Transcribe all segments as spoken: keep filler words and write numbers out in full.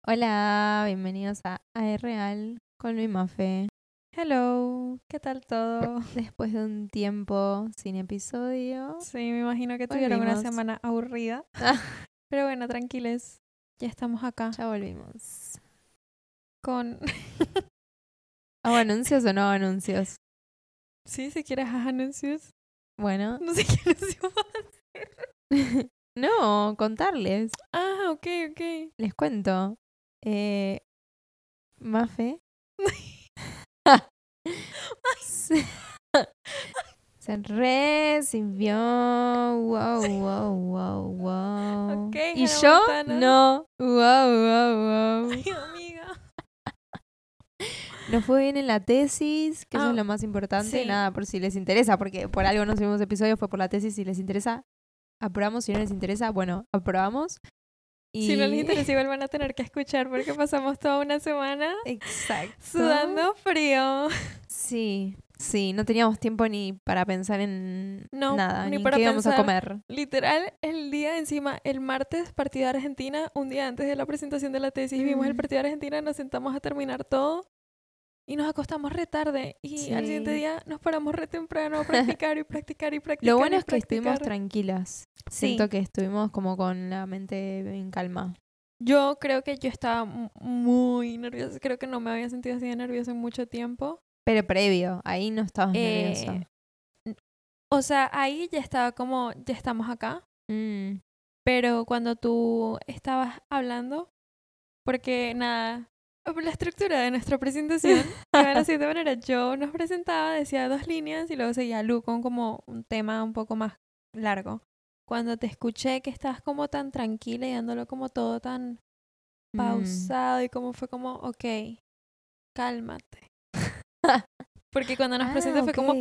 Hola, bienvenidos a A R Real con mi Mafe. Hello, ¿qué tal todo? Después de un tiempo sin episodio, Sí, me imagino que tuvieron una volvimos. semana aburrida. Ah, Pero bueno, tranquiles. Ya estamos acá ya volvimos. con... ¿Hago anuncios o no hago anuncios? Sí, si quieres haz anuncios. Bueno, No sé qué anuncio va a hacer. no, contarles. Ah, ok, ok. Les cuento. Eh, Mafe se, se recibió. Wow, wow, wow, wow. Ok, Y Hannah yo Montana. no. Wow, wow, wow. Ay, amiga. Nos fue bien en la tesis, que eso es Ah, lo más importante. sí. Nada, por si les interesa, porque por algo no subimos episodios, fue por la tesis. Si les interesa, aprobamos. Si no les interesa, bueno, aprobamos. Si no les Y. interesa, igual van a tener que escuchar porque pasamos toda una semana Exacto. sudando frío. Sí, sí, no teníamos tiempo ni para pensar en No, nada, ni ni en para qué íbamos a pensar. comer. Literal, el día encima, el martes, partido de Argentina, un día antes de la presentación de la tesis, vimos el Mm, partido de Argentina, nos sentamos a terminar todo y nos acostamos re tarde. Y al siguiente sí. día nos paramos re temprano a practicar y practicar y Lo practicar bueno y es que estuvimos practicar. tranquilas. Siento Sí, que estuvimos como con la mente en calma. yo creo que yo estaba mu- muy nerviosa. Creo que no me había sentido así de nerviosa en mucho tiempo. Pero previo, ahí no estabas Eh, nerviosa. n- o sea, ahí ya estaba como, ya estamos acá. Mm, Pero cuando tú estabas hablando, porque nada, la estructura de nuestra presentación iba de la siguiente manera. Yo nos presentaba, decía dos líneas y luego seguía Lu con como un tema un poco más largo. Cuando te escuché que estabas como tan tranquila y dándolo como todo tan mm. pausado y como fue como, ok, cálmate. Porque cuando nos Ah, presenté fue ok. como,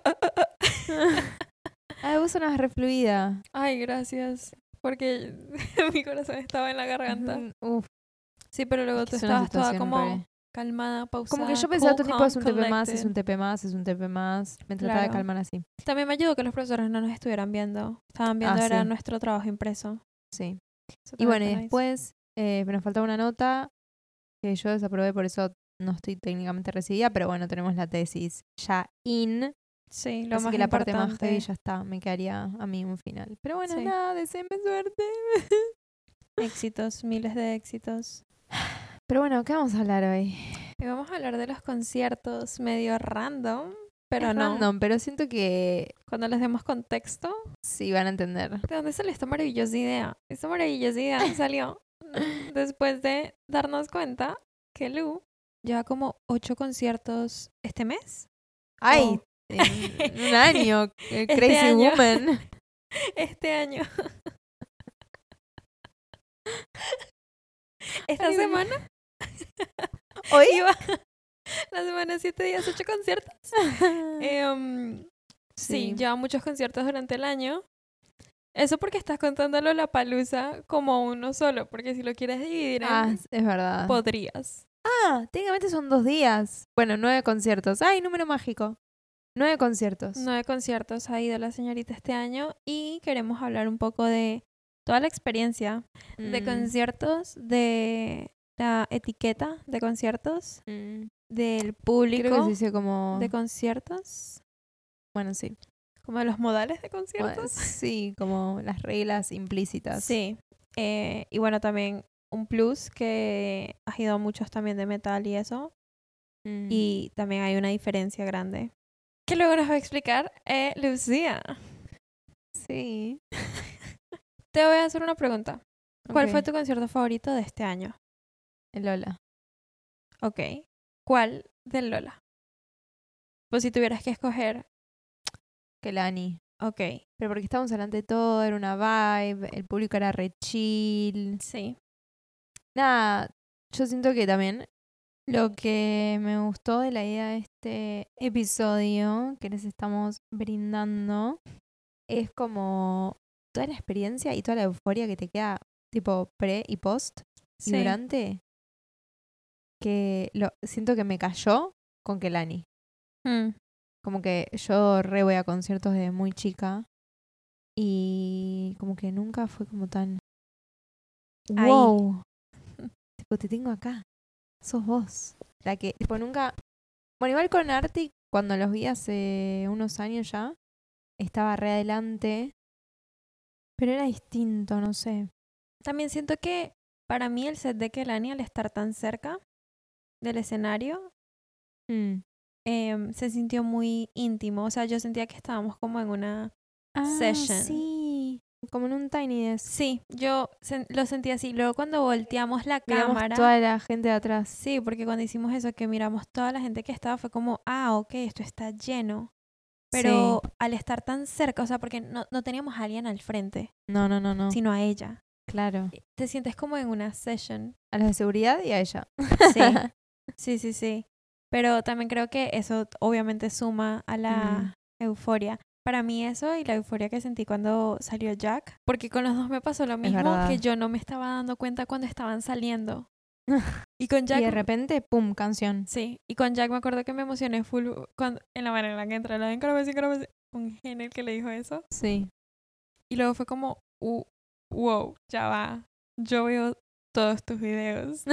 Ah, vos sonás re fluida. ay, gracias, porque mi corazón estaba en la garganta. Ujú, uf, Sí, pero es luego que tú es una estabas toda situación como re... calmada, Como que pausada, yo pensaba cool, todo el tiempo calm, es un T P más, es collected. un T P más, es un T P más. Me trataba de Claro. calmar así. También me ayudó que los profesores no nos estuvieran viendo. Estaban Ah, viendo era sí, nuestro trabajo impreso. sí. Eso Y también bueno, y fue nice. después eh, me nos faltaba una nota que yo desaprobé, por eso no estoy técnicamente recibida, pero bueno, tenemos la tesis ya in. Sí, lo Así más que la parte más heavy importante. ya está, me quedaría a mí un final. Pero bueno, Sí. nada, deseenme suerte. Éxitos, miles de éxitos. Pero bueno, ¿qué vamos a hablar hoy? Y vamos a hablar de los conciertos medio random, pero Es no. random, pero siento que Cuando les demos contexto, sí van a entender. ¿de dónde salió esta maravillosa idea? Esta maravillosa idea salió mm, después de darnos cuenta que Lu lleva como ocho conciertos este mes. Ay, O en un año, eh, este Crazy año. Woman. Este año. Esta Ay, Dios. semana ¿Hoy? iba la semana siete días, ocho conciertos. Em, sí, Sí. lleva muchos conciertos durante el año. Eso porque estás contándolo la palusa como uno solo, porque si lo quieres dividir Ah, en, es es verdad. podrías. Ah, técnicamente son dos días. Bueno, nueve conciertos. Ay, número mágico. Nueve conciertos. Nueve conciertos ha ido la señorita este año y queremos hablar un poco de toda la experiencia de Mm, conciertos, de la etiqueta de conciertos, mm. del Creo que se público dice como... de conciertos, Bueno, sí. como de los modales de Bueno, conciertos. sí, como las reglas implícitas. Sí. Eh, y bueno, también un plus que ha ido a muchos también de metal y eso. Mm, Y también hay una diferencia grande. Que luego nos va a explicar eh, Lucía. sí. Te voy a hacer una pregunta. ¿Cuál fue Ok. tu concierto favorito de este año? El Lola. Ok. ¿Cuál del Lola? Pues si tuvieras que escoger. Que Lani. Ok. Pero porque estábamos delante de todo, era una vibe, el público era re chill. Sí. Nada, yo siento que también lo que me gustó de la idea de este episodio que les estamos brindando es como toda la experiencia y toda la euforia que te queda tipo pre y post y Sí. durante, que lo siento que me cayó con Kelani. Mm. Como que yo re voy a conciertos de muy chica y como que nunca fue como tan Ahí. wow. tipo, te tengo acá. Sos vos. La que, tipo, nunca... Bueno, igual con Arctic, cuando los vi hace unos años ya, estaba re adelante. Pero era distinto, no sé. También siento que para mí el set de Kehlani, al estar tan cerca del escenario, Mm. em, se sintió muy íntimo. O sea, yo sentía que estábamos como en una Ah, session. sí. Como en un Tiny Desk. Sí, yo sen- lo sentí así. Luego cuando volteamos la Miramos cámara, toda la gente de atrás. sí, porque cuando hicimos eso, que miramos toda la gente que estaba, fue como, ah, ok, esto está lleno. Pero Sí. al estar tan cerca, o sea, porque no, no teníamos a alguien al frente, No, no, no, no. sino a ella. Claro. Te sientes como en una session. A los de seguridad y a ella. Sí, sí, sí, sí. Pero también creo que eso obviamente suma a la euforia. Para mí eso y la euforia que sentí cuando salió Jack, porque con los dos me pasó lo mismo, verdad. que yo no me estaba dando cuenta cuando estaban saliendo. Y con Jack, Y de repente, pum, canción. sí, y con Jack me acuerdo que me emocioné full cuando, en la manera en la que entró la de Carabesi, Carabesi, un genio que le dijo eso. Sí. Y luego fue como, uh, wow, ya va. Yo veo todos tus videos.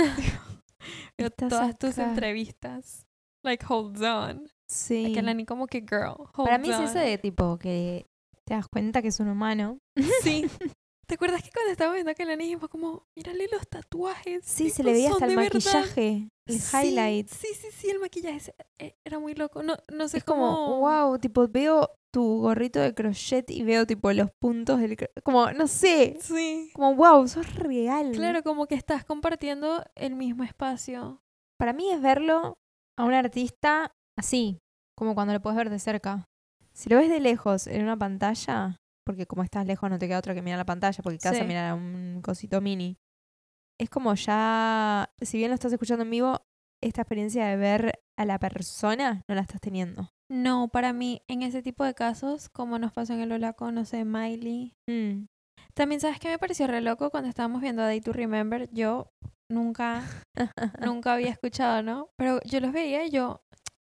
Veo Estás todas tus acá. entrevistas. Like, hold on. Sí. Que la ni como que girl, hold Para mí es on. eso de tipo que te das cuenta que es un humano. Sí. ¿Te acuerdas que cuando estábamos viendo que la niña fue como, mírale los tatuajes? Sí, se tipo, le veía son hasta el de verdad"? maquillaje, el Sí, highlight. Sí, sí, sí, el maquillaje ese, eh, era muy loco. No, no sé Es como, cómo. wow, tipo, veo tu gorrito de crochet y veo tipo los puntos del... cro- Como, no sé, Sí. como, wow, sos real. Claro, como que estás compartiendo el mismo espacio. Para mí es verlo a un artista así, como cuando lo puedes ver de cerca. Si lo ves de lejos en una pantalla, porque como estás lejos no te queda otra que mirar la pantalla, porque vas Sí. a mirar a un cosito mini. Es como ya, si bien lo estás escuchando en vivo, esta experiencia de ver a la persona no la estás teniendo. No, para mí, en ese tipo de casos, como nos pasó en el Lola con, no sé, Miley. Mm. También, ¿sabes qué me pareció re loco cuando estábamos viendo a Day to Remember? Yo nunca, nunca había escuchado, ¿no? Pero yo los veía y yo...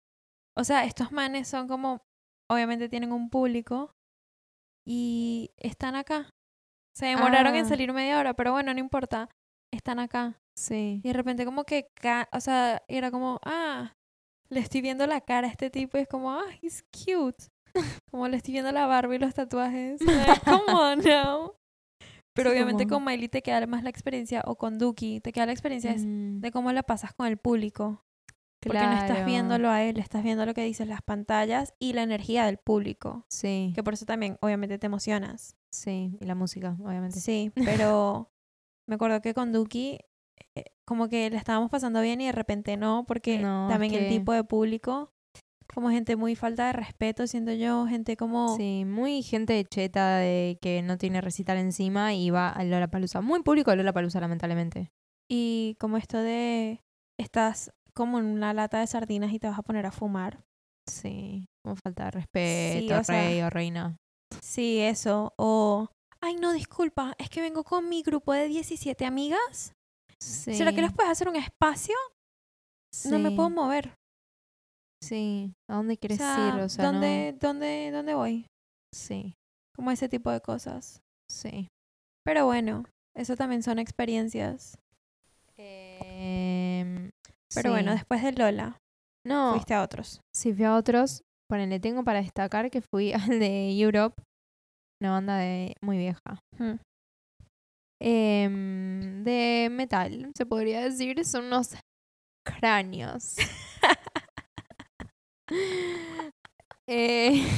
O sea, estos manes son como... Obviamente tienen un público y están acá. Se demoraron en Ah, salir media hora, pero bueno, no importa. Están acá. sí. Y de repente como que... ca- O sea, era como... Ah, le estoy viendo la cara a este tipo y es como... Ah, he's cute. Como le estoy viendo la barba y los tatuajes. Like, come on now. Pero Sí, obviamente como- con Miley te queda más la experiencia, o con Duki, te queda la experiencia es Mm, de cómo la pasas con el público. Porque no estás claro. viéndolo a él, estás viendo lo que dicen las pantallas y la energía del público. Sí, Que por eso también, obviamente, te emocionas. sí. Y la música, obviamente. Sí, pero me acuerdo que con Duki, eh, como que la estábamos pasando bien y de repente no, porque No, es también el que- tipo de público, como gente muy falta de respeto, siento yo, gente como... Sí, muy gente cheta de que no tiene recital encima y va al Lollapalooza. Muy público de Lollapalooza, lamentablemente. Y como esto de estás como en una lata de sardinas y te vas a poner a fumar. Sí, como falta de Sí, respeto, o sea, rey o reina. sí, eso. O, ay, no, disculpa, es que vengo con mi grupo de diecisiete amigas. Sí. ¿Será que les puedes hacer un espacio? No me puedo Sí, mover. sí. ¿A dónde O quieres sea, ir? O sea, ¿dónde, dónde, dónde voy? no. Sí, Como ese tipo de cosas. sí. Pero bueno, eso también son experiencias. Em, Pero bueno, sí. después de Lola, No, fuiste a otros. si fui a otros, ponele, tengo para destacar que fui al de Europe, una banda de muy vieja. Hmm. Em, de metal, se podría decir, son unos cráneos. Eh,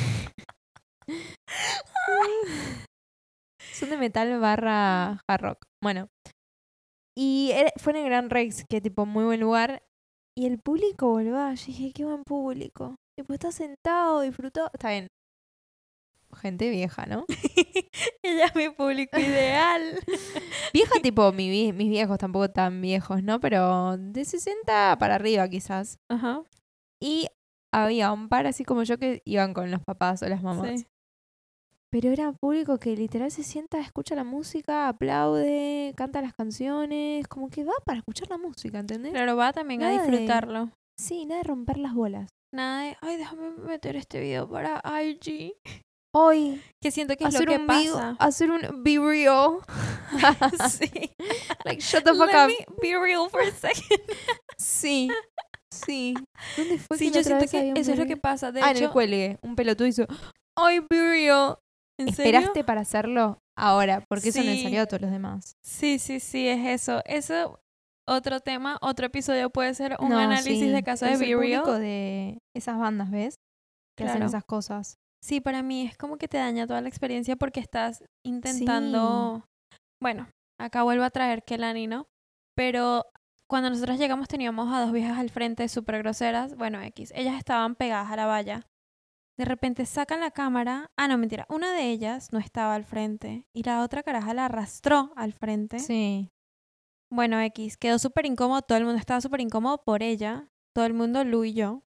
son de metal barra hard rock. Bueno, y era- fue en el Gran Rex, que tipo muy buen lugar. Y el público, boludo, yo dije, qué buen público. Tipo, está sentado, disfrutó. Está bien. Gente vieja, ¿no? Ella es mi público ideal. Vieja tipo mi vie- mis viejos, tampoco tan viejos, ¿no? Pero de sesenta para arriba quizás. Ajá. Y había un par así como yo que iban con los papás o las mamás. Sí. Pero era público que literal se sienta, escucha la música, aplaude, canta las canciones, como que va para escuchar la música, ¿entendés? Claro, va también a Nada de- disfrutarlo. Sí, nada de romper las bolas. Nada de, ay, déjame meter este video para I G. Hoy, Que siento que es hacer lo que un be, pasa. hacer un be real. Sí. Like, shut the fuck Let up. me be real for a second. Sí, sí. ¿Dónde fue Sí, que la yo otra siento vez que había un eso es lo be que real? pasa. De Ah, en el hecho, cuelgue. Un pelotudo hizo, ay, be real. ¿en serio? ¿Esperaste para hacerlo ahora? Porque eso no le Sí. salió a todos los demás. Sí, sí, sí, es eso. Eso, otro tema, otro episodio puede ser un No, análisis sí. de caso de Es el Be público Real. de esas bandas, ¿ves? Que hacen Claro. esas cosas. Sí, para mí es como que te daña toda la experiencia porque estás intentando... Sí. Bueno, acá vuelvo a traer Kelani, ¿no? Pero cuando nosotros llegamos teníamos a dos viejas al frente súper groseras. Bueno, X. Ellas estaban pegadas a la valla. De repente sacan la cámara. Ah, no, mentira. Una de ellas no estaba al frente. Y la otra caraja la arrastró al frente. Sí. Bueno, X. Quedó súper incómodo. Todo el mundo estaba súper incómodo por ella. Todo el mundo, Lu y yo.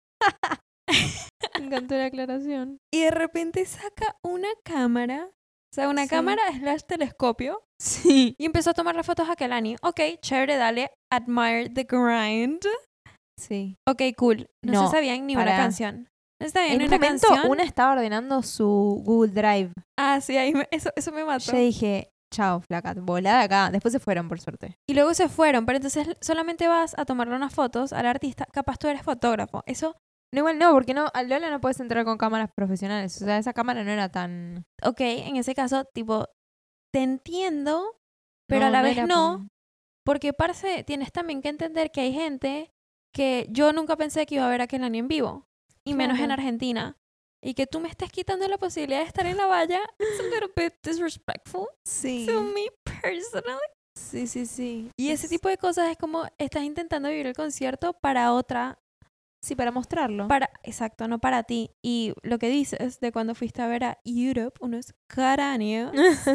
Me encantó la aclaración. Y de repente saca una cámara. O sea, una Sí. cámara slash telescopio. Sí. Y empezó a tomarle fotos a Kelani. Ok, chévere, dale. Admire the grind. Sí. Ok, cool. No, No, se sabían ni una pará. canción. No se sabían En ni un una momento, canción. una estaba ordenando su Google Drive. Ah, sí, ahí me- eso, eso me mató. Yo dije, chao, flaca, volá de acá. Después se fueron, por suerte. Y luego se fueron, pero entonces solamente vas a tomarle unas fotos al artista. Capaz tú eres fotógrafo. Eso, No, igual no, porque no, a Lola no puedes entrar con cámaras profesionales. O sea, esa cámara no era tan... ok, en ese caso, tipo, te entiendo, pero no, a la no vez era no. por- Porque, parce, tienes también que entender que hay gente que yo nunca pensé que iba a ver a Kelani en vivo. Y menos en Claro. Argentina. Y que tú me estés quitando la posibilidad de estar en la valla. It's a little bit disrespectful Sí. to me personally. Sí, sí, sí. Y ese Es- tipo de cosas es como estás intentando vivir el concierto para otra. Sí, para mostrarlo. Para, exacto, no para ti. Y lo que dices de cuando fuiste a ver a Europe, unos cráneos,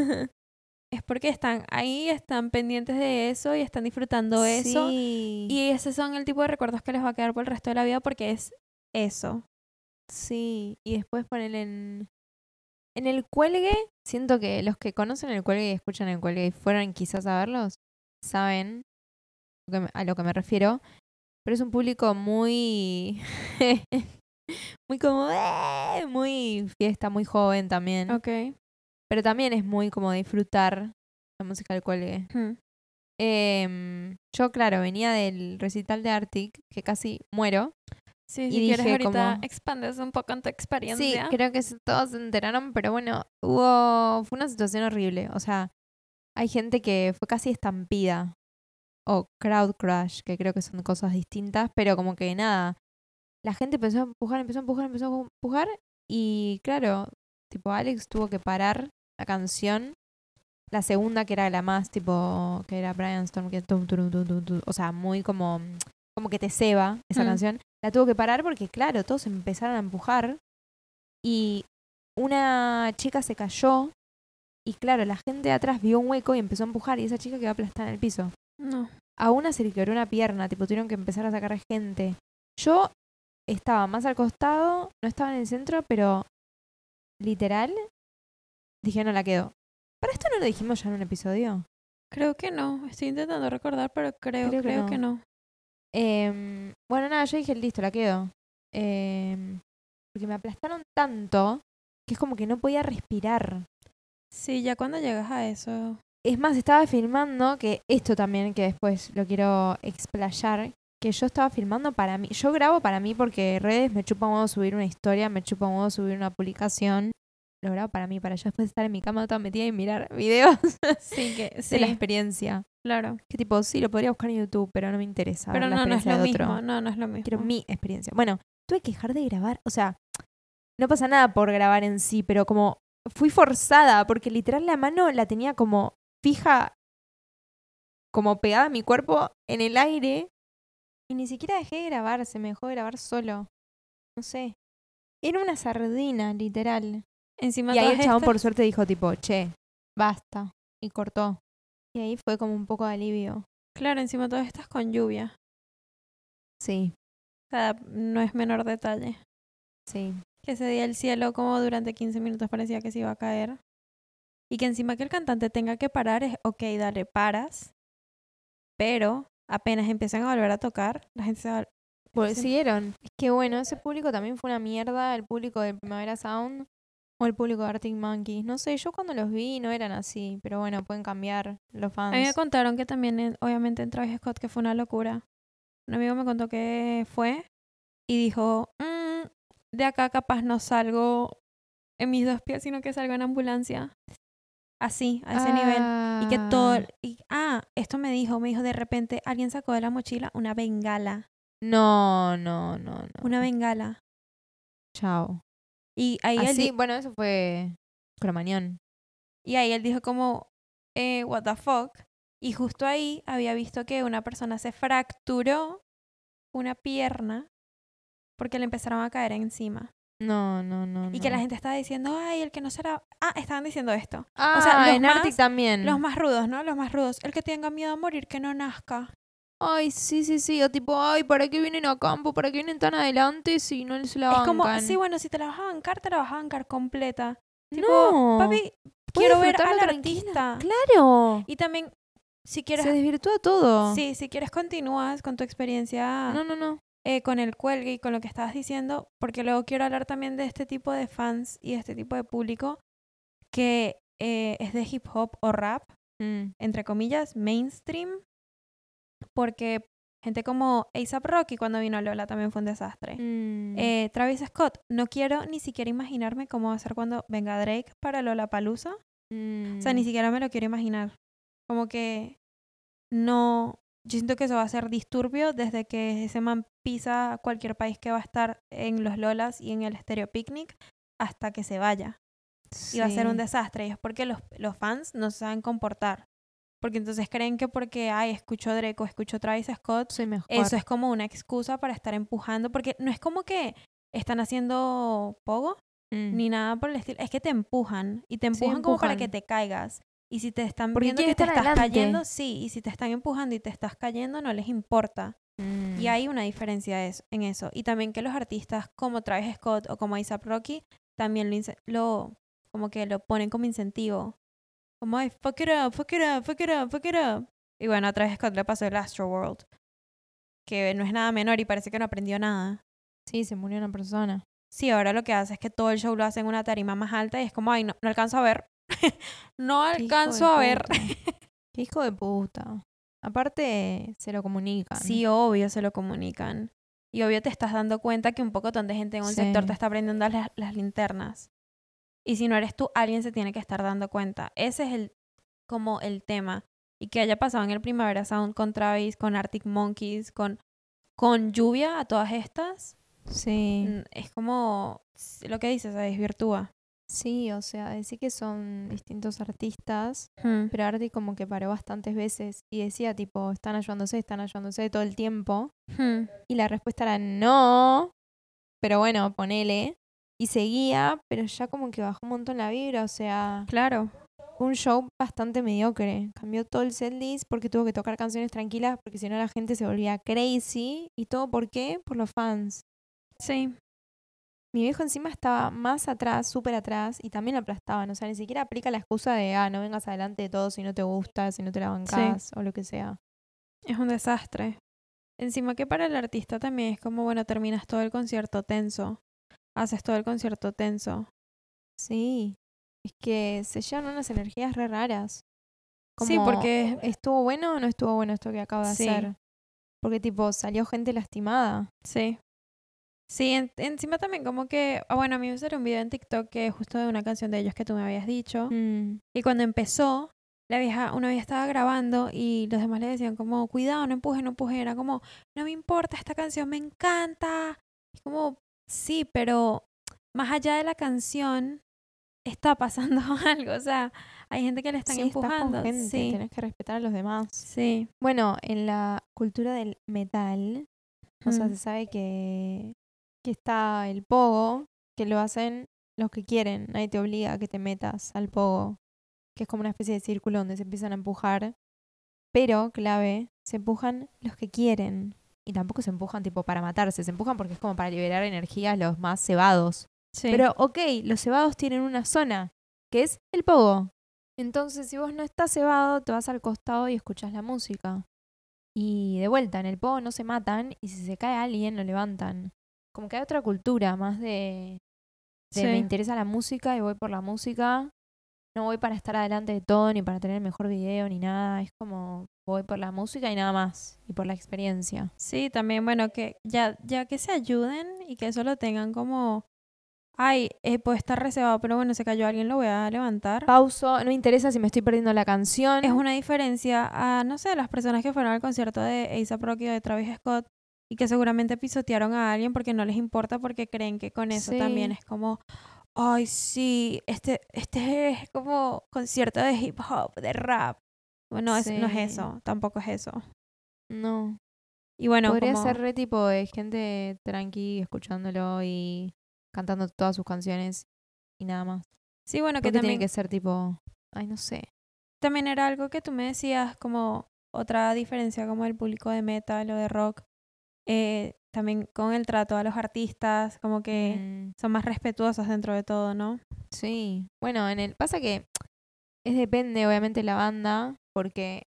es porque están ahí, están pendientes de eso y están disfrutando eso. Sí. Y ese son el tipo de recuerdos que les va a quedar por el resto de la vida porque es eso. Sí. Y después poner en... En el cuelgue, siento que los que conocen el cuelgue y escuchan el cuelgue y fueran quizás a verlos, saben lo que me- a lo que me refiero. Pero es un público muy... muy como... "Eh", muy fiesta, muy joven también. Ok. Pero también es muy como disfrutar la música del cuelgue. Hmm. Em, yo, claro, venía del recital de Arctic, que casi muero. Sí, Y si quieres dije ahorita como- expandes un poco en tu Sí, experiencia. creo que se- todos se enteraron, pero bueno, hubo... Fue una situación horrible. O sea, hay gente que fue casi estampida. O crowd crush, que creo que son cosas distintas, pero como que nada. La gente empezó a empujar, empezó a empujar, empezó a empujar. Y claro, tipo, Alex tuvo que parar la canción. La segunda, que era la más, tipo, que era Brian Storm, que tum, turum, tum, tum, tum, o sea, muy como, como que te ceba esa Mm. canción. La tuvo que parar porque, claro, todos empezaron a empujar. Y una chica se cayó. Y claro, la gente de atrás vio un hueco y empezó a empujar. Y esa chica quedó aplastada en el piso. No. A una se le quebró una pierna, tipo, tuvieron que empezar a sacar gente. Yo estaba más al costado, no estaba en el centro, pero literal, dije, no la quedo. ¿Para esto no lo dijimos ya en un episodio? Creo que no. Estoy intentando recordar, pero creo, Creo creo, que que, no. no. Em, bueno, nada, yo dije, listo, la quedo. Em, porque me aplastaron tanto que es como que no podía respirar. Sí, ya cuando llegas a eso. Es más, estaba filmando, que esto también, que después lo quiero explayar, que yo estaba filmando para mí. Yo grabo para mí porque redes me chupa un huevo subir una historia, me chupa un huevo subir una publicación. Lo grabo para mí, para yo después estar en mi cama toda metida y mirar videos Sí, que de sí, la experiencia. claro. Que tipo, sí, lo podría buscar en YouTube, pero no me interesa Pero ver la no, no es experiencia lo de otro. mismo. No, no es lo mismo. Quiero mi experiencia. Bueno, tuve que dejar de grabar. O sea, no pasa nada por grabar en sí, pero como fui forzada, porque literal la mano la tenía como fija, como pegada a mi cuerpo en el aire. Y ni siquiera dejé de grabar, se me dejó de grabar solo. No sé. Era una sardina, literal. Encima Y ahí todas el chabón estas- por suerte dijo tipo, che, basta. Y cortó. Y ahí fue como un poco de alivio. Claro, encima todas estas con lluvia. Sí, O sea, no es menor detalle. sí. Que ese día el cielo como durante quince minutos parecía que se iba a caer. Y que encima que el cantante tenga que parar es, ok, dale, paras. Pero apenas empiezan a volver a tocar, la gente se va... Pues se- siguieron. Es que bueno, ese público también fue una mierda. El público del Primavera Sound. O el público de Arctic Monkeys. No sé, yo cuando los vi no eran así. Pero bueno, pueden cambiar los A mí me fans. contaron que también, en- obviamente, en Travis Scott, que fue una locura. Un amigo me contó que fue y dijo, "Mm, de acá capaz no salgo en mis dos pies, sino que salgo en ambulancia. Así, a ese nivel. Y que todo... Ah, Y, ah, esto me dijo, me dijo de repente, alguien sacó de la mochila una bengala. no, no, no, no. Una bengala. Chao. Y ahí él, Así, di- bueno, eso fue Cromañón. y ahí él dijo como, eh, what the fuck. Y justo ahí había visto que una persona se fracturó una pierna porque le empezaron a caer encima. No, no, no, Y que la no. gente estaba diciendo, ay, el que no será... Ah, estaban diciendo esto. Ah, O sea, los en Arctic más, también. los más rudos, ¿no? Los más rudos. El que tenga miedo a morir, que no nazca. Ay, sí, sí, sí. O tipo, ay, ¿para qué vienen a campo? ¿Para qué vienen tan adelante si no se la Es como, bancan? sí, bueno, si te la vas a bancar, te la vas a bancar completa. Tipo, No. papi, Puede quiero ver disfrutarlo al tranquila. artista. Claro. Y también, si quieres, Se desvirtúa todo. sí, si quieres continúas con tu experiencia No, no, no. eh, con el cuelgue y con lo que estabas diciendo, porque luego quiero hablar también de este tipo de fans y de este tipo de público que eh, es de hip hop o rap, Mm, entre comillas, mainstream, porque gente como A$AP Rocky cuando vino a Lola también fue un desastre. mm, Eh, Travis Scott, no quiero ni siquiera imaginarme cómo va a ser cuando venga Drake para Lollapalooza. mm. O sea, ni siquiera me lo quiero imaginar. Como que no... Yo siento que eso va a ser disturbio desde que ese man pisa cualquier país que va a estar en los Lolas y en el Stereo Picnic hasta que se vaya. Y va a ser un Sí. desastre. Y es porque los, los fans no se saben comportar. Porque entonces creen que porque, ay, escucho Drake o escucho Travis Scott, Soy mejor. eso es como una excusa para estar empujando. Porque no es como que están haciendo pogo Mm. ni nada por el estilo. Es que te empujan. Y te Sí, empujan como para que empujan. te caigas. Y si te están Porque viendo quiere que te estar estás adelante. cayendo, sí. Y si te están empujando y te estás cayendo, no les importa. Mm. Y hay una diferencia es- en eso. Y también que los artistas como Travis Scott o como A$AP Rocky también lo, ince- lo como que lo ponen como incentivo. Como, ay, fuck it up, fuck it up, fuck it up, fuck it up. Y bueno, a Travis Scott le pasó el Astro World, que no es nada menor y parece que no aprendió nada. Sí, se murió una persona. Sí, ahora lo que hace es que todo el show lo hace en una tarima más alta y es como, ay, no, no alcanzo a ver. no Qué hijo alcanzo de a ver. puta. Qué hijo de puta. Aparte, se lo comunican. Sí, obvio, se lo comunican. Y obvio te estás dando cuenta que un poco de gente en un Sí. sector te está prendiendo las, las linternas. Y si no eres tú, alguien se tiene que estar dando cuenta. Ese es el como el tema. Y que haya pasado en el Primavera Sound con Travis, con Arctic Monkeys, con, con Lluvia, a todas estas, Sí. mm, es como s- lo que dices, se desvirtúa. Sí, o sea, decir que son distintos artistas, Hmm. pero Arti como que paró bastantes veces y decía tipo, están ayudándose, están ayudándose todo el tiempo. Hmm. Y la respuesta era no, pero bueno, ponele. Y seguía, pero ya como que bajó un montón la vibra, o sea, Claro. fue un show bastante mediocre. Cambió todo el setlist porque tuvo que tocar canciones tranquilas porque si no la gente se volvía crazy. ¿Y todo por qué? Por los fans. Sí. Mi viejo encima estaba más atrás, súper atrás, y también lo aplastaban. O sea, ni siquiera aplica la excusa de, ah, no vengas adelante de todo si no te gusta, si no te la bancás, o lo que sea. Es un desastre. Encima que para el artista también es como, bueno, terminas todo el concierto tenso. Haces todo el concierto tenso. Sí, es que se llevan unas energías re raras. Como, Sí, porque... ¿estuvo bueno o no estuvo bueno esto que acabo de Sí. hacer? Porque, tipo, salió gente lastimada. Sí. Sí, en- encima también como que... Ah, bueno, a mí me salió un video en TikTok que es justo de una canción de ellos que tú me habías dicho. Mm, Y cuando empezó, la vieja, una vieja estaba grabando y los demás le decían como, cuidado, no empuje, no empuje. Era como, no me importa, esta canción me encanta. Es como, sí, pero más allá de la canción está pasando algo. O sea, hay gente que le están sí, estás con empujando. gente, Sí, tenés que respetar a los demás. sí. Bueno, en la cultura del metal, o sea, Mm, se sabe que, que está el pogo, que lo hacen los que quieren. Nadie te obliga a que te metas al pogo, que es como una especie de círculo donde se empiezan a empujar. Pero, clave, se empujan los que quieren. Y tampoco se empujan tipo para matarse, se empujan porque es como para liberar energías los más cebados. sí. Pero, ok, los cebados tienen una zona, que es el pogo. Entonces, si vos no estás cebado, te vas al costado y escuchas la música. Y de vuelta, en el pogo no se matan y si se cae alguien lo levantan. Como que hay otra cultura más de, De Sí. me interesa la música y voy por la música. No voy para estar adelante de todo, ni para tener el mejor video, ni nada. Es como voy por la música y nada más. Y por la experiencia. Sí, también, bueno, que ya, ya que se ayuden y que eso lo tengan como, ay, eh, puede estar reservado, pero bueno, se cayó alguien, lo voy a levantar. Pauso, no me interesa si me estoy perdiendo la canción. Es una diferencia a, no sé, las personas que fueron al concierto de A$AP Rocky o de Travis Scott y que seguramente pisotearon a alguien porque no les importa, porque creen que con eso Sí. también es como, ay, sí, este, este es como concierto de hip hop, de rap. Bueno, es- no es Sí. eso, tampoco es eso. No. Y bueno, Podría como, ser re tipo de gente tranqui, escuchándolo y cantando todas sus canciones y nada más. sí, bueno, que Porque tiene también, que ser tipo, ay, no sé. también era algo que tú me decías como otra diferencia como el público de metal o de rock, eh, también con el trato a los artistas, como que Mm, son más respetuosos dentro de todo, ¿no? sí. Bueno, en el pasa que es depende obviamente de la banda, porque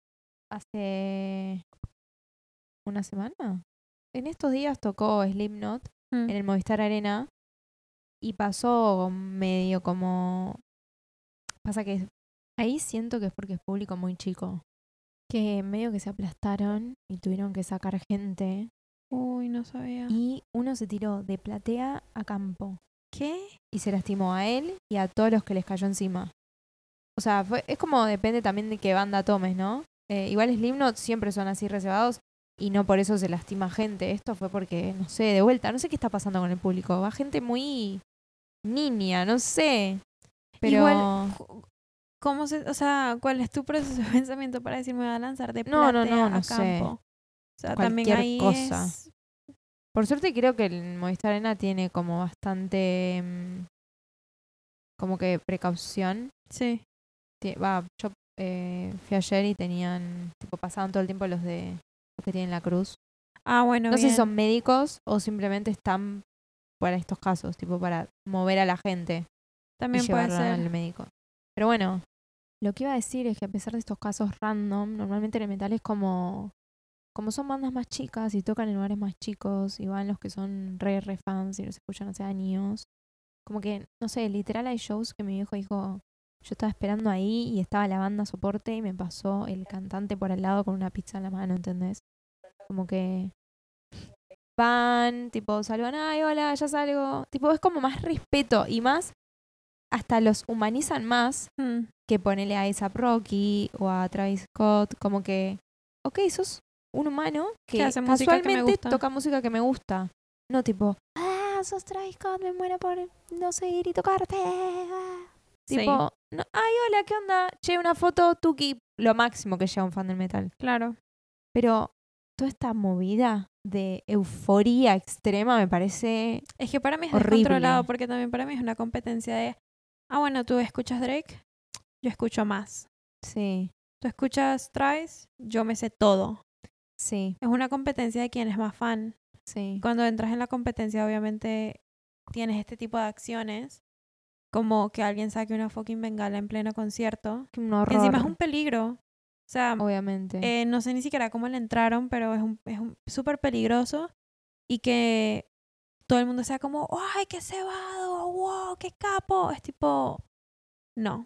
hace una semana, en estos días tocó Slipknot Mm. en el Movistar Arena y pasó medio como, pasa que ahí siento que es porque es público muy chico, que medio que se aplastaron y tuvieron que sacar gente Uy, no sabía. y uno se tiró de platea a campo ¿Qué? y se lastimó a él y a todos los que les cayó encima. O sea, fue, es como depende también de qué banda tomes, ¿no? Eh, igual Slipknot siempre son así reservados y no por eso se lastima gente. Esto fue porque, no sé, de vuelta, no sé qué está pasando con el público. Va gente muy niña, no sé. Pero Igual, cu- ¿cómo se, o sea, cuál es tu proceso de pensamiento para decir me voy a lanzar de no, no, platea no, a no sé. campo? O sea, también Cualquier ahí cosa. es... Por suerte creo que el Movistar Arena tiene como bastante mm, como que precaución. Sí. Tie- Va, yo eh, fui ayer y tenían, tipo, pasaban todo el tiempo los de los que tienen la cruz. Ah, bueno, No sé bien. si son médicos o simplemente están para estos casos, tipo para mover a la gente También y puede llevarla ser. al médico. Pero bueno, lo que iba a decir es que a pesar de estos casos random, normalmente en el metal es como, como son bandas más chicas y tocan en lugares más chicos y van los que son re, re fans y los escuchan hace años. Como que, no sé, literal hay shows que mi viejo dijo, yo estaba esperando ahí y estaba la banda soporte y me pasó el cantante por al lado con una pizza en la mano, ¿entendés? Como que van, tipo, saludan, ay, hola, ya salgo. Tipo, es como más respeto y más, hasta los humanizan más Mm, que ponerle a A$AP Rocky o a Travis Scott. Como que, ok, sos un humano Que que hace música que me casualmente gusta. toca música que me gusta. No tipo, ah, sos Travis Scott, me muero por no seguir y tocarte. ah". Sí, Tipo, no, ay, hola, ¿qué onda? Che, una foto, Tuki, lo máximo que lleva un fan del metal. claro. Pero toda esta movida de euforia extrema me parece Es que para mí es horrible. descontrolado porque también para mí es una competencia de, ah, bueno, tú escuchas Drake, yo escucho más. Sí, Tú escuchas Travis, yo me sé todo. sí, Es una competencia de quién es más fan. sí. Cuando entras en la competencia, obviamente tienes este tipo de acciones, como que alguien saque una fucking bengala en pleno concierto, Un que horror, encima es un peligro. O sea, obviamente. eh, no sé ni siquiera cómo le entraron, pero es un es un súper peligroso y que todo el mundo sea como, ¡ay, qué cebado! ¡Wow, qué capo! Es tipo, no,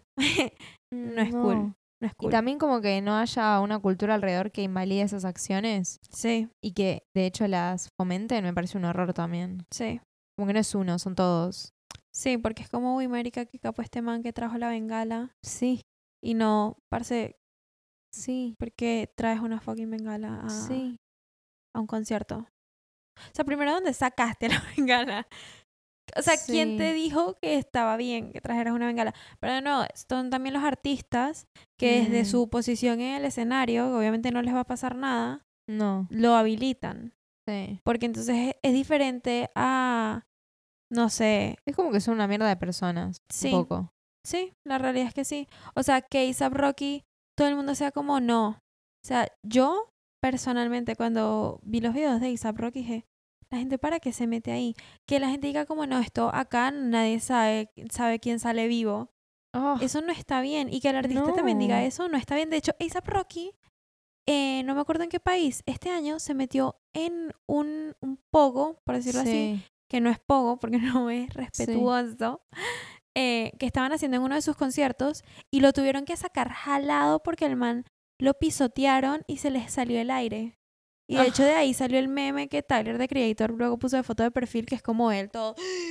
no es cool, No. no es Y cool. también como que no haya una cultura alrededor que invalide esas acciones Sí, y que de hecho las fomenten, me parece un horror también. sí. Como que no es uno, son todos. Sí, porque es como, uy, marica, qué capo este man que trajo la bengala. Sí, Y no, parce, sí, porque traes una fucking bengala a, sí. a un concierto. O sea, primero, ¿dónde sacaste la bengala? O sea, ¿quién te Sí. dijo que estaba bien que trajeras una bengala? Pero no, son también los artistas que desde Mm, su posición en el escenario, que obviamente no les va a pasar nada, no, lo habilitan. sí. Porque entonces es, es diferente a, no sé, Es como que son una mierda de personas, un sí, poco. sí, la realidad es que sí. O sea, que A$AP Rocky, todo el mundo sea como no. O sea, yo personalmente cuando vi los videos de A$AP Rocky dije, la gente para qué se mete ahí. Que la gente diga como no, esto acá nadie sabe, sabe quién sale vivo. Oh, Eso no está bien. Y que el artista también diga no. eso no está bien. De hecho, A$AP Rocky, eh, no me acuerdo en qué país, este año se metió en un, un pogo, por decirlo así, Sí. que no es poco porque no es respetuoso, sí. eh, que estaban haciendo en uno de sus conciertos y lo tuvieron que sacar jalado porque el man lo pisotearon y se les salió el aire. Y de ah. hecho de ahí salió el meme que Tyler, the Creator, luego puso de foto de perfil, que es como él, todo...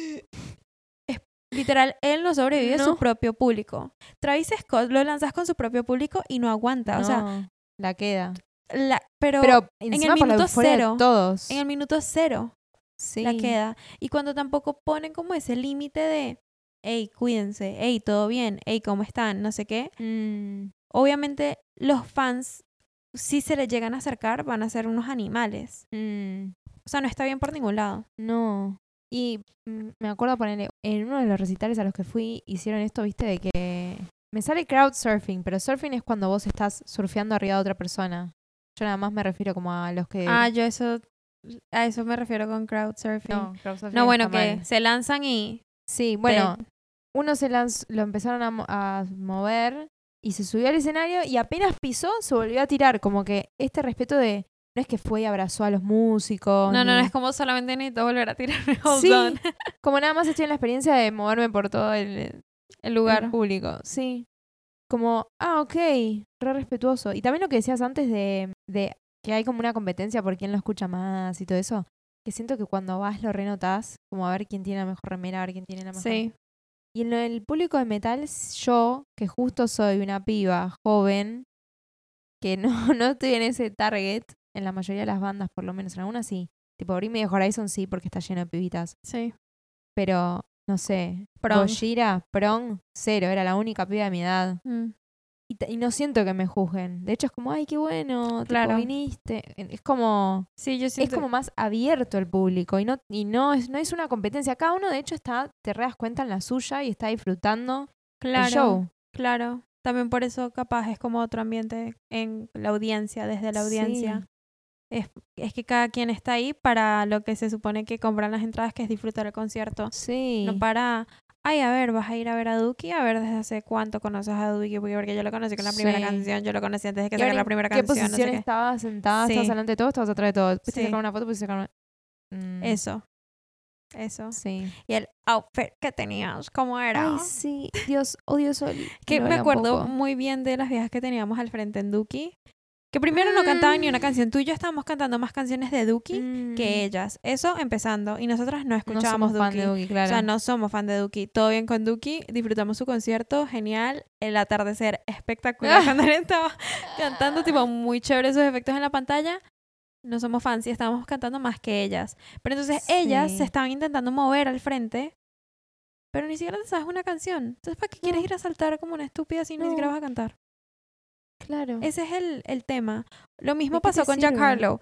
Es, literal, él no sobrevive no. a su propio público. Travis Scott lo lanzas con su propio público y no aguanta. No, o sea, la queda. La, pero, pero en el minuto cero, todos. en el minuto cero, sí. la queda. Y cuando tampoco ponen como ese límite de, hey, cuídense, hey, todo bien, hey, ¿cómo están? No sé qué. Mm. Obviamente los fans, si se les llegan a acercar, van a ser unos animales. Mm. O sea, no está bien por ningún lado. No. Y mm, me acuerdo ponerle, en uno de los recitales a los que fui, hicieron esto, viste, de que me sale crowdsurfing, pero surfing es cuando vos estás surfeando arriba de otra persona. Yo nada más me refiero como a los que... Ah, yo eso... A eso me refiero con crowdsurfing. No, crowdsurfing No, bueno, está que mal. se lanzan y... Sí, bueno, te... uno se lanzó, lo empezaron a, mo- a mover y se subió al escenario y apenas pisó, se volvió a tirar. Como que este respeto de... No es que fue y abrazó a los músicos. No, ni... no, no, es como solamente necesito volver a tirarme. Sí, como nada más estoy en la experiencia de moverme por todo el, el lugar el público. Sí. Como, ah, ok, re respetuoso. Y también lo que decías antes de, de que hay como una competencia por quién lo escucha más y todo eso, que siento que cuando vas lo renotás, como a ver quién tiene la mejor remera, a ver quién tiene la mejor. Sí. Y en el público de metal, yo, que justo soy una piba joven, que no, no estoy en ese target, en la mayoría de las bandas, por lo menos en algunas sí. Tipo, Bring Me The Horizon sí, porque está lleno de pibitas. Sí. Pero, no sé, Prong. Gojira, Prong, cero, era la única piba de mi edad. Mm. Y, t- y no siento que me juzguen. De hecho, es como, ay, qué bueno, Claro. tipo, viniste. Es como, Sí, yo siento... es como más abierto el público. Y no, y no es, no es una competencia. Cada uno, de hecho, está, te das cuenta en la suya y está disfrutando claro, el show. Claro. También por eso, capaz, es como otro ambiente en la audiencia, desde la audiencia. Sí. Es, es que cada quien está ahí para lo que se supone que compran las entradas, que es disfrutar el concierto. Sí. No para, ay, a ver, vas a ir a ver a Duki, a ver desde hace cuánto conoces a Duki, porque yo lo conocí con la primera Sí. canción, yo lo conocí antes de que ¿Y sacara ahora la en primera qué canción, no posición sé qué. estabas sentada? Sí. ¿Estabas delante de todo? ¿Estabas atrás de todo? ¿Pudiste Sí. sacar una foto? ¿Pudiste sacar una...? Mm. Eso. Eso. Sí. Y el outfit que tenías, ¿cómo era? Ay, sí. Dios, odio eso. Que no me era acuerdo poco. muy bien de las viejas que teníamos al frente en Duki. Que primero no cantaban ni una canción. Tú y yo estábamos cantando más canciones de Duki Mm. que ellas. Eso empezando. Y nosotras no No escuchábamos somos fan Duki. de Duki, claro. O sea, no somos fan de Duki. Todo bien con Duki. Disfrutamos su concierto. Genial. El atardecer espectacular. Cuando él estaba cantando, tipo, muy chévere sus efectos en la pantalla. No somos fans y estábamos cantando más que ellas. Pero entonces Sí. ellas se estaban intentando mover al frente. Pero ni siquiera te sabes una canción. Entonces, ¿para qué quieres No. ir a saltar como una estúpida si No. ni siquiera vas a cantar? Claro. Ese es el, el tema. Lo mismo ¿De qué pasó te con Jack sirve? Harlow.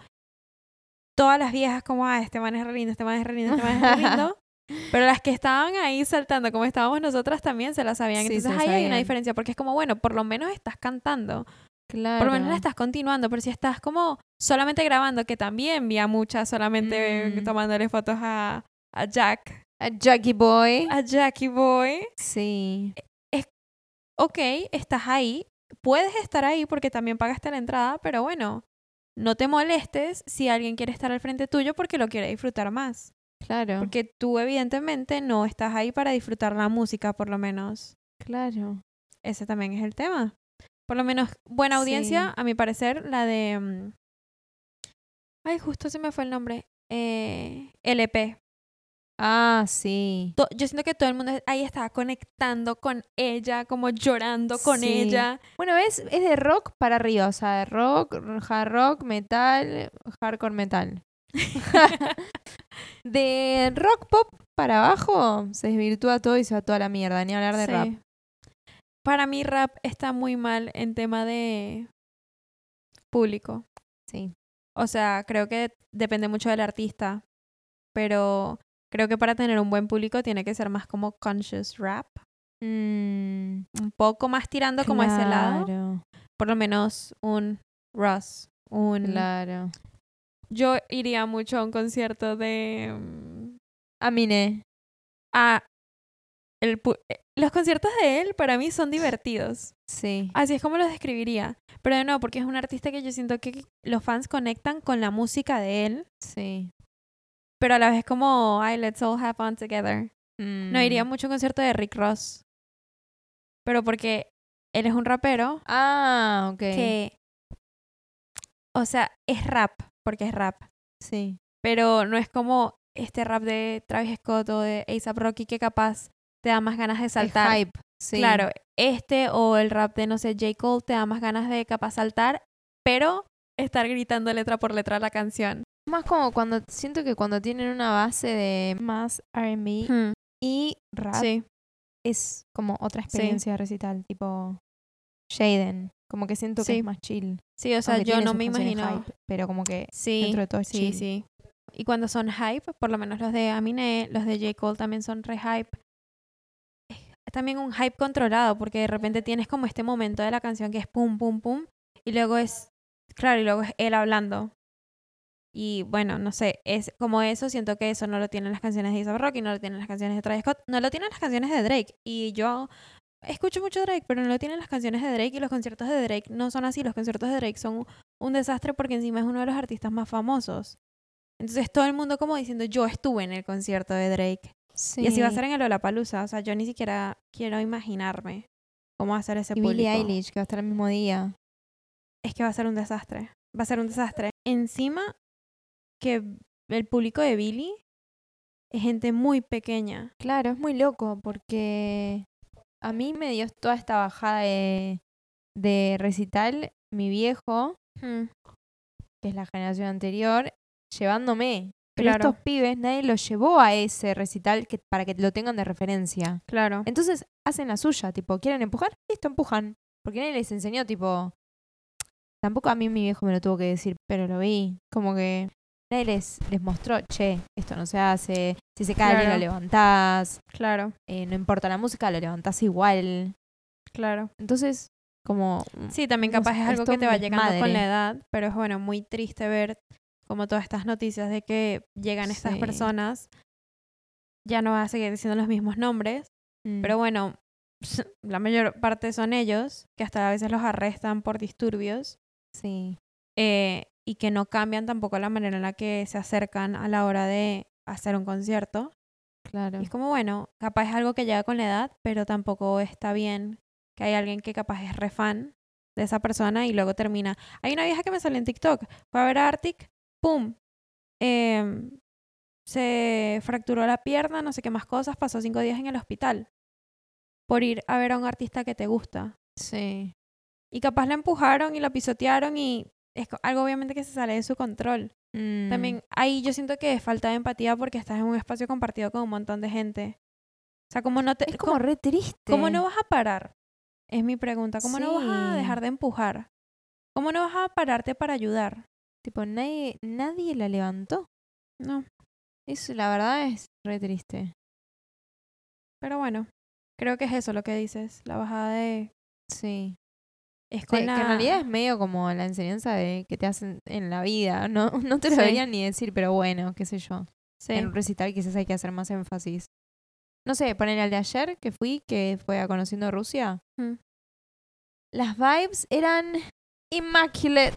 Todas las viejas como, ah, este man es re lindo, este man es re lindo, este man es re lindo. Pero las que estaban ahí saltando como estábamos nosotras también se la sabían. Sí, Entonces se la ahí hay una sabían. diferencia porque es como, bueno, por lo menos estás cantando. Claro. Por lo menos la estás continuando. Pero si estás como solamente grabando, que también vi a muchas solamente Mm. tomándole fotos a, a Jack. A Jackie Boy. A Jackie Boy. Sí. Ok, estás ahí. Puedes estar ahí porque también pagaste la entrada, pero bueno, no te molestes si alguien quiere estar al frente tuyo porque lo quiere disfrutar más. Claro. Porque tú evidentemente no estás ahí para disfrutar la música, por lo menos. Claro. Ese también es el tema. Por lo menos, buena audiencia, Sí. a mi parecer, la de... um, Ay, justo se me fue el nombre. Eh, L P. Ah, sí. To- Yo siento que todo el mundo ahí estaba conectando con ella, como llorando con Sí. ella. Bueno, es, es de rock para arriba. O sea, de rock, hard rock, metal, hardcore metal. De rock pop para abajo se desvirtúa todo y se va toda la mierda. Ni hablar de Sí. rap. Para mí rap está muy mal en tema de público. Sí. O sea, creo que depende mucho del artista, pero creo que para tener un buen público tiene que ser más como conscious rap, Mm, un poco más tirando como a ese lado, claro. por lo menos un Russ, un... Claro. Yo iría mucho a un concierto de... mm, Aminé. a el pu- eh, los conciertos de él para mí son divertidos. Sí. Así es como los describiría. Pero de nuevo, porque es un artista que yo siento que los fans conectan con la música de él, Sí. pero a la vez como, ay, let's all have fun together. Mm. No iría mucho a un concierto de Rick Ross, pero porque él es un rapero Ah, ok. que, o sea, es rap, porque es rap, Sí. pero no es como este rap de Travis Scott o de A$AP Rocky que capaz te da más ganas de saltar. Es hype. Sí. Claro, este o el rap de, no sé, J. Cole te da más ganas de capaz saltar, pero estar gritando letra por letra la canción. Más como cuando siento que cuando tienen una base de más R and B Hmm, y rap Sí, es como otra Sí. experiencia de recital, tipo Jaden. Como que siento que Sí. es más chill. sí, o sea, Aunque yo tiene no sus me canciones imagino. hype, pero como que Sí, dentro de todo es sí, chill. sí. Y cuando son hype, por lo menos los de Aminé, los de J. Cole también son re hype. Es también un hype controlado, porque de repente tienes como este momento de la canción que es pum, pum, pum, y luego es, claro, y luego es él hablando. Y bueno, no sé, es como eso, siento que eso no lo tienen las canciones de A$AP Rocky, no lo tienen las canciones de Travis Scott, no lo tienen las canciones de Drake. Y yo escucho mucho Drake, pero no lo tienen las canciones de Drake, y los conciertos de Drake no son así. Los conciertos de Drake son un desastre porque encima es uno de los artistas más famosos. Entonces todo el mundo como diciendo, yo estuve en el concierto de Drake. Sí. Y así va a ser en el Lollapalooza. O sea, yo ni siquiera quiero imaginarme cómo va a ser ese Y Billie público. Eilish, que va a estar el mismo día. Es que va a ser un desastre. Va a ser un desastre. Encima que el público de Billie es gente muy pequeña. Claro, es muy loco porque a mí me dio toda esta bajada de, de recital mi viejo, Hmm, que es la generación anterior, llevándome. Pero Claro. estos pibes nadie los llevó a ese recital que, para que lo tengan de referencia. Claro. Entonces hacen la suya, tipo, ¿quieren empujar? Listo, empujan. Porque nadie les enseñó, tipo... Tampoco a mí mi viejo me lo tuvo que decir, pero lo vi. Como que nadie les, les mostró, che, esto no se hace. Si se cae alguien Claro. lo levantás. Claro. Eh, no importa la música, lo levantás igual. Claro. Entonces, como... Sí, también no capaz sé, es algo todo que te un va llegando con desmadre. la edad, pero es bueno, muy triste ver como todas estas noticias de que llegan estas Sí. personas, ya no va a seguir diciendo los mismos nombres, Mm, pero bueno, la mayor parte son ellos, que hasta a veces los arrestan por disturbios, sí, eh, y que no cambian tampoco la manera en la que se acercan a la hora de hacer un concierto. claro. Y es como, bueno, capaz es algo que llega con la edad, pero tampoco está bien que hay alguien que capaz es re fan de esa persona y luego termina. Hay una vieja que me salió en TikTok, fue a ver a Arctic, ¡pum! Em, se fracturó la pierna, no sé qué más cosas, pasó cinco días en el hospital por ir a ver a un artista que te gusta. Sí. Y capaz la empujaron y la pisotearon y es co- algo obviamente que se sale de su control. Mm, También ahí yo siento que es falta de empatía porque estás en un espacio compartido con un montón de gente. O sea, como no te... es como co- re triste. ¿Cómo no vas a parar? Es mi pregunta. ¿Cómo no vas a Sí. dejar de empujar? ¿Cómo no vas a pararte para ayudar? Tipo, nadie, nadie la levantó. No, Eso, la verdad, es re triste. pero bueno, creo que es eso lo que dices. La bajada de... Sí. Es con Sí, la... que en realidad es medio como la enseñanza de que te hacen en la vida. No, no te lo Sí. deberían ni decir, pero bueno, qué sé yo. Sí. En un recital quizás hay que hacer más énfasis. No sé, poner al de ayer que fui, que fue a Conociendo Rusia. Mm. Las vibes eran immaculate.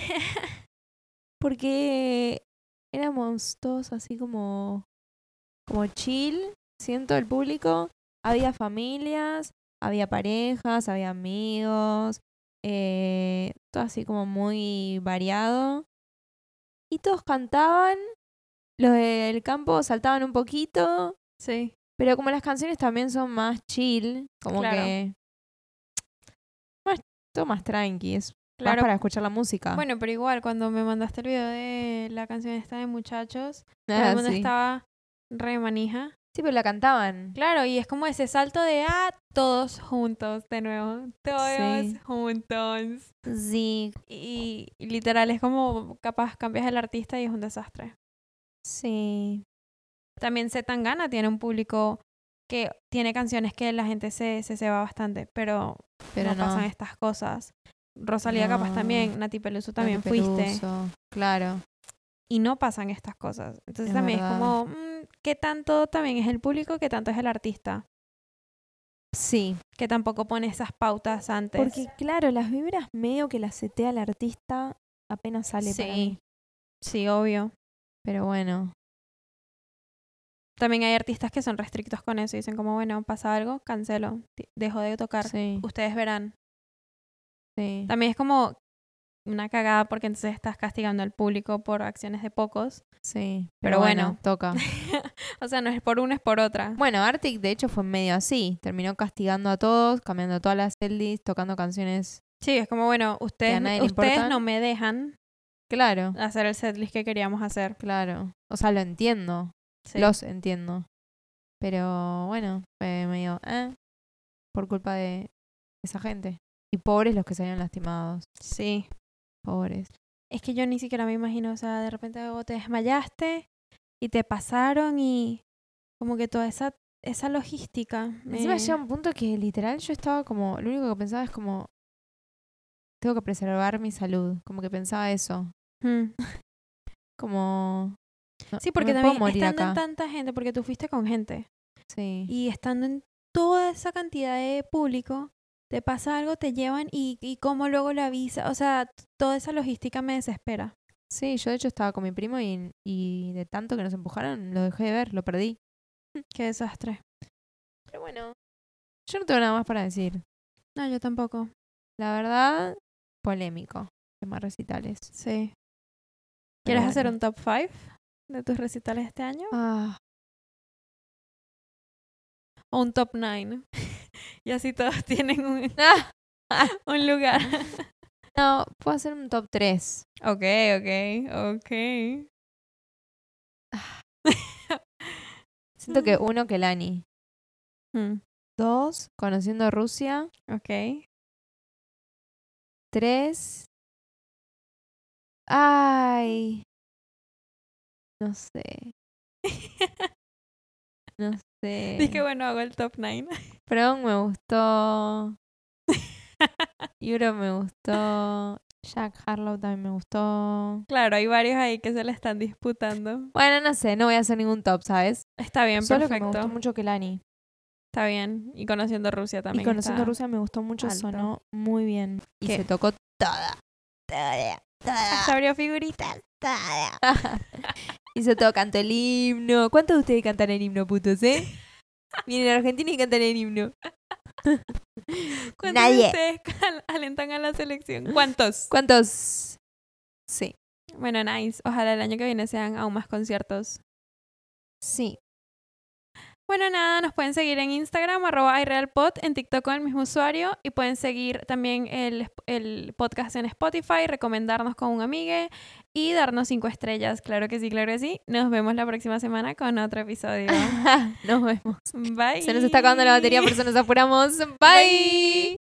Porque éramos todos así como, como chill, siento el público. Había familias, había parejas, había amigos, eh, todo así como muy variado. Y todos cantaban, los del campo saltaban un poquito, Sí. pero como las canciones también son más chill, como Claro. que más, todo más tranqui, es más Claro. para escuchar la música. Bueno, pero igual, cuando me mandaste el video de la canción esta de Muchachos, todo el Ah, mundo sí. estaba re manija. Sí, pero la cantaban. Claro, y es como ese salto de, ah, todos juntos de nuevo. Todos Sí. juntos. Sí, Y, y literal, es como capaz cambias el artista y es un desastre. sí. También Zetangana tiene un público que tiene canciones que la gente se, se ceba bastante, pero, Pero no, no. pasan estas cosas. Rosalía capaz No. también, Nati Peluso Nati también fuiste. Peluso, claro. Y no pasan estas cosas. Entonces Es también verdad. es como, mm, ¿qué tanto también es el público? ¿Qué tanto es el artista? Sí. Que tampoco pone esas pautas antes. Porque, claro, las vibras medio que las setea el artista apenas sale para Sí, mí. sí, obvio. Pero bueno. también hay artistas que son restrictos con eso y dicen como, bueno, pasa algo, cancelo, ti- dejo de tocar. Sí, Ustedes verán. sí. También es como una cagada porque entonces estás castigando al público por acciones de pocos. Sí, Pero pero, bueno, bueno. toca. O sea, no es por una, es por otra. Bueno, Arctic de hecho fue medio así. Terminó castigando a todos, cambiando todas las setlists, tocando canciones. Sí, es como, bueno, ustedes, nadie le ustedes importan. no me dejan Claro, hacer el setlist que queríamos hacer. claro. O sea, lo entiendo. Sí. Los entiendo. Pero bueno, fue medio, eh, por culpa de esa gente. Y pobres los que salieron lastimados. Sí. Pobres. Es que yo ni siquiera me imagino, o sea, de repente vos te desmayaste y te pasaron y como que toda esa, esa logística. me- Encima llega un punto que literal yo estaba como, lo único que pensaba es como, tengo que preservar mi salud. Como que pensaba eso. Mm. Como, no, Sí, no porque me puedo también morir estando en acá. tanta gente, porque tú fuiste con gente Sí. y estando en toda esa cantidad de público, te pasa algo, te llevan y, y cómo luego lo avisa. O sea, t- toda esa logística me desespera. Sí, yo de hecho estaba con mi primo y, y de tanto que nos empujaron, lo dejé de ver, lo perdí. Qué desastre. Pero bueno, yo no tengo nada más para decir. No, yo tampoco. La verdad, polémico. Temas recitales. Sí. Pero ¿Quieres hacer bueno. un top five de tus recitales este año? Ah, O un top nine. Y así todos tienen un, ah, un lugar. no, puedo hacer un top tres. Ok, ok, ok. Siento que uno, Kelani. Mm, Dos, Conociendo Rusia. ok. Tres. Ay. No sé. No sé. Dije, bueno, hago el top nine. Prong me gustó. Euro me gustó. Jack Harlow también me gustó. Claro, hay varios ahí que se le están disputando. Bueno, no sé, no voy a hacer ningún top, ¿sabes? Está bien, Solo que me perfecto. gustó mucho Kelani. Está bien. Y conociendo Rusia también. Y Conociendo está... Rusia me gustó mucho, alto. sonó muy bien. Y ¿Qué? se tocó toda. Toda. Hasta Toda. abrió figuritas. toda. Y se todo cantó el himno. ¿Cuántos de ustedes cantan el himno, putos, eh? Vienen a Argentina y cantan el himno. ¿Cuántos Nadie. de ustedes al- alentan a la selección? ¿Cuántos? ¿Cuántos? Sí. Bueno, nice. Ojalá el año que viene sean aún más conciertos. Sí. Bueno, nada, nos pueden seguir en Instagram, arroba iRealPod, en TikTok con el mismo usuario y pueden seguir también el, el podcast en Spotify, recomendarnos con un amigue y darnos cinco estrellas. Claro que sí, claro que sí. Nos vemos la próxima semana con otro episodio. Nos vemos. Bye. Se nos está acabando la batería, por eso nos apuramos. Bye. Bye.